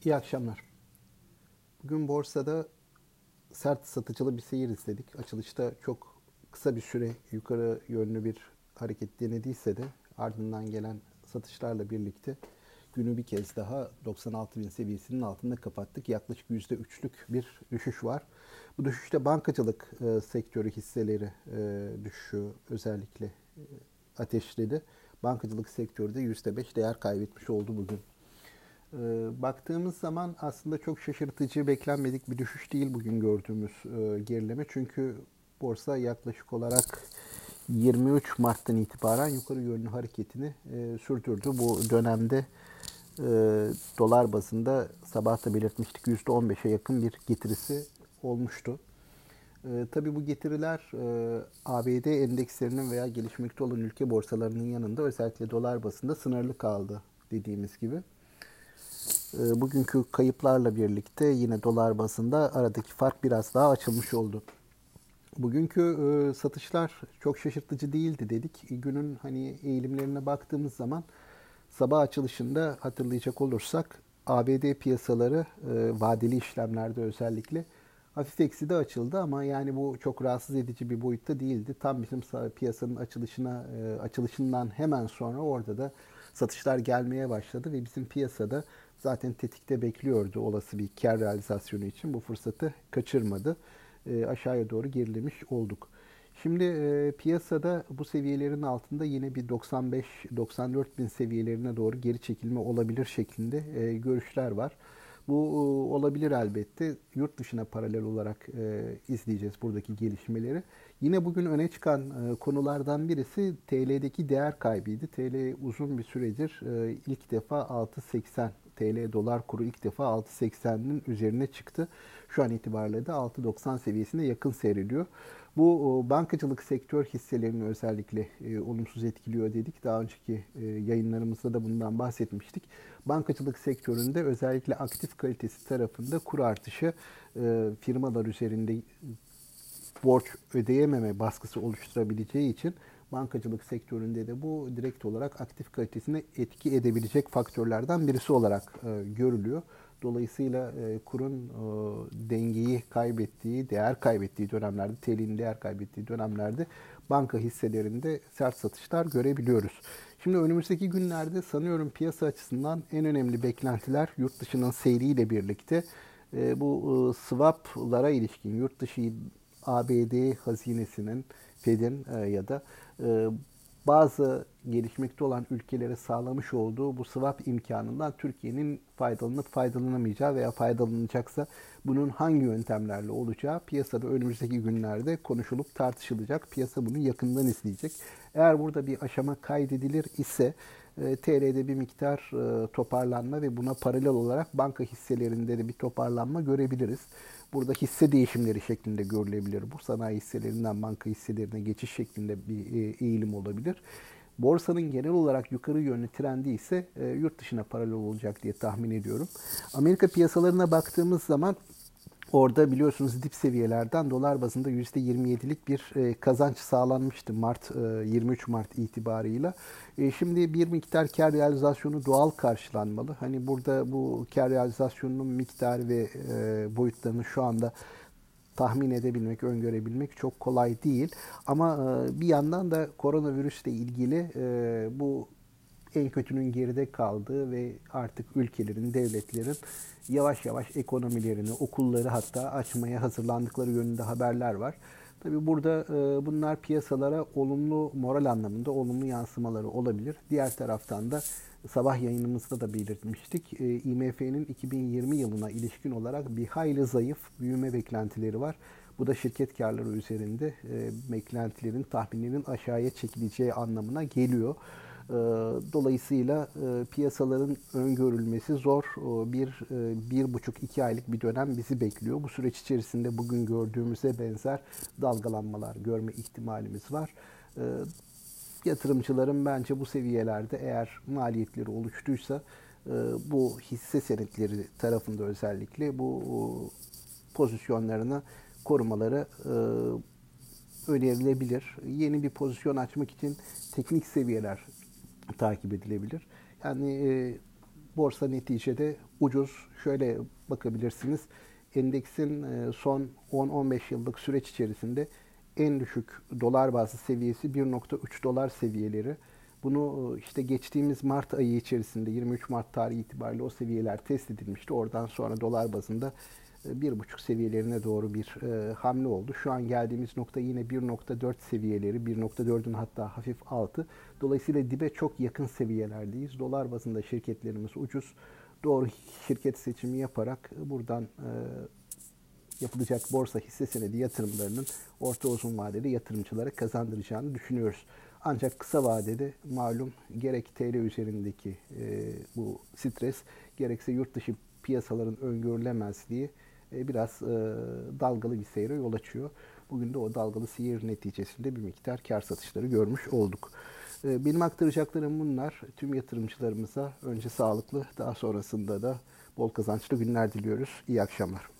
İyi akşamlar. Bugün borsada sert satıcılı bir seyir izledik. Açılışta çok kısa bir süre yukarı yönlü bir hareket denediyse de ardından gelen satışlarla birlikte günü bir kez daha 96.000 seviyesinin altında kapattık. Yaklaşık %3'lük bir düşüş var. Bu düşüşte bankacılık sektörü hisseleri düşüşü özellikle ateşledi. Bankacılık sektörü de %5 değer kaybetmiş oldu bugün. Baktığımız zaman aslında çok şaşırtıcı, beklenmedik bir düşüş değil bugün gördüğümüz gerileme. Çünkü borsa yaklaşık olarak 23 Mart'tan itibaren yukarı yönlü hareketini sürdürdü. Bu dönemde e, dolar bazında sabah da belirtmiştik %15'e yakın bir getirisi olmuştu. Tabii bu getiriler ABD endekslerinin veya gelişmekte olan ülke borsalarının yanında özellikle dolar bazında sınırlı kaldı dediğimiz gibi. Bugünkü kayıplarla birlikte yine dolar bazında aradaki fark biraz daha açılmış oldu. Bugünkü satışlar çok şaşırtıcı değildi dedik. Günün hani eğilimlerine baktığımız zaman sabah açılışında hatırlayacak olursak ABD piyasaları vadeli işlemlerde özellikle hafif ekside açıldı ama yani bu çok rahatsız edici bir boyutta değildi. Tam bizim piyasanın açılışından hemen sonra orada da satışlar gelmeye başladı ve bizim piyasada zaten tetikte bekliyordu olası bir kar realizasyonu için bu fırsatı kaçırmadı. Aşağıya doğru gerilemiş olduk. Şimdi piyasada bu seviyelerin altında yine bir 95-94 bin seviyelerine doğru geri çekilme olabilir şeklinde görüşler var. Bu olabilir elbette. Yurt dışına paralel olarak izleyeceğiz buradaki gelişmeleri. Yine bugün öne çıkan konulardan birisi TL'deki değer kaybıydı. TL uzun bir süredir ilk defa 6.80 TL dolar kuru ilk defa 6.80'nin üzerine çıktı. Şu an itibariyle de 6.90 seviyesine yakın seyrediyor. Bu bankacılık sektör hisselerini özellikle olumsuz etkiliyor dedik. Daha önceki yayınlarımızda da bundan bahsetmiştik. Bankacılık sektöründe özellikle aktif kalitesi tarafında kur artışı firmalar üzerinde borç ödeyememe baskısı oluşturabileceği için bankacılık sektöründe de bu direkt olarak aktif kalitesine etki edebilecek faktörlerden birisi olarak görülüyor. Dolayısıyla kurun dengeyi kaybettiği, değer kaybettiği dönemlerde, TL'nin değer kaybettiği dönemlerde banka hisselerinde sert satışlar görebiliyoruz. Şimdi önümüzdeki günlerde sanıyorum piyasa açısından en önemli beklentiler yurt dışının seyriyle birlikte bu swap'lara ilişkin yurt dışı ABD hazinesinin, Fed'in ya da e, bazı gelişmekte olan ülkelere sağlamış olduğu bu swap imkanından Türkiye'nin faydalanıp faydalanamayacağı veya faydalanacaksa bunun hangi yöntemlerle olacağı piyasada önümüzdeki günlerde konuşulup tartışılacak. Piyasa bunu yakından izleyecek. Eğer burada bir aşama kaydedilir ise TL'de bir miktar toparlanma ve buna paralel olarak banka hisselerinde de bir toparlanma görebiliriz. Burada hisse değişimleri şeklinde görülebilir. Bu sanayi hisselerinden banka hisselerine geçiş şeklinde bir eğilim olabilir. Borsanın genel olarak yukarı yönlü trendi ise yurt dışına paralel olacak diye tahmin ediyorum. Amerika piyasalarına baktığımız zaman orada biliyorsunuz dip seviyelerden dolar bazında %27'lik bir kazanç sağlanmıştı 23 Mart itibarıyla. Şimdi bir miktar kar realizasyonu doğal karşılanmalı. Hani burada bu kar realizasyonunun miktarı ve boyutlarını şu anda tahmin edebilmek, öngörebilmek çok kolay değil. Ama bir yandan da koronavirüsle ilgili bu en kötünün geride kaldığı ve artık ülkelerin, devletlerin yavaş yavaş ekonomilerini, okulları hatta açmaya hazırlandıkları yönünde haberler var. Tabii burada bunlar piyasalara olumlu moral anlamında olumlu yansımaları olabilir. Diğer taraftan da sabah yayınımızda da belirtmiştik. IMF'nin 2020 yılına ilişkin olarak bir hayli zayıf büyüme beklentileri var. Bu da şirket karları üzerinde beklentilerin, tahminlerin aşağıya çekileceği anlamına geliyor. Dolayısıyla piyasaların öngörülmesi zor. Bir buçuk iki aylık bir dönem bizi bekliyor. Bu süreç içerisinde bugün gördüğümüze benzer dalgalanmalar görme ihtimalimiz var. Ee, Yatırımcıların bence bu seviyelerde eğer maliyetleri oluştuysa bu hisse senetleri tarafında özellikle bu pozisyonlarını korumaları önerilebilir. Yeni bir pozisyon açmak için teknik seviyeler takip edilebilir. Yani borsa neticede ucuz. Şöyle bakabilirsiniz. Endeksin son 10-15 yıllık süreç içerisinde en düşük dolar bazlı seviyesi 1,3 dolar seviyeleri. Bunu işte geçtiğimiz Mart ayı içerisinde 23 Mart tarihi itibariyle o seviyeler test edilmişti. Oradan sonra dolar bazında 1,5 seviyelerine doğru bir hamle oldu. Şu an geldiğimiz nokta yine 1,4 seviyeleri, 1,4'ün hatta hafif altı. Dolayısıyla dibe çok yakın seviyelerdeyiz. Dolar bazında şirketlerimiz ucuz. Doğru şirket seçimi yaparak buradan yapılacak borsa hisse senedi yatırımlarının orta uzun vadede yatırımcılara kazandıracağını düşünüyoruz. Ancak kısa vadede malum gerek TL üzerindeki bu stres gerekse yurt dışı piyasaların öngörülemezliği biraz dalgalı bir seyre yol açıyor. Bugün de o dalgalı seyir neticesinde bir miktar kar satışları görmüş olduk. Benim aktaracaklarım bunlar. Tüm yatırımcılarımıza önce sağlıklı, daha sonrasında da bol kazançlı günler diliyoruz. İyi akşamlar.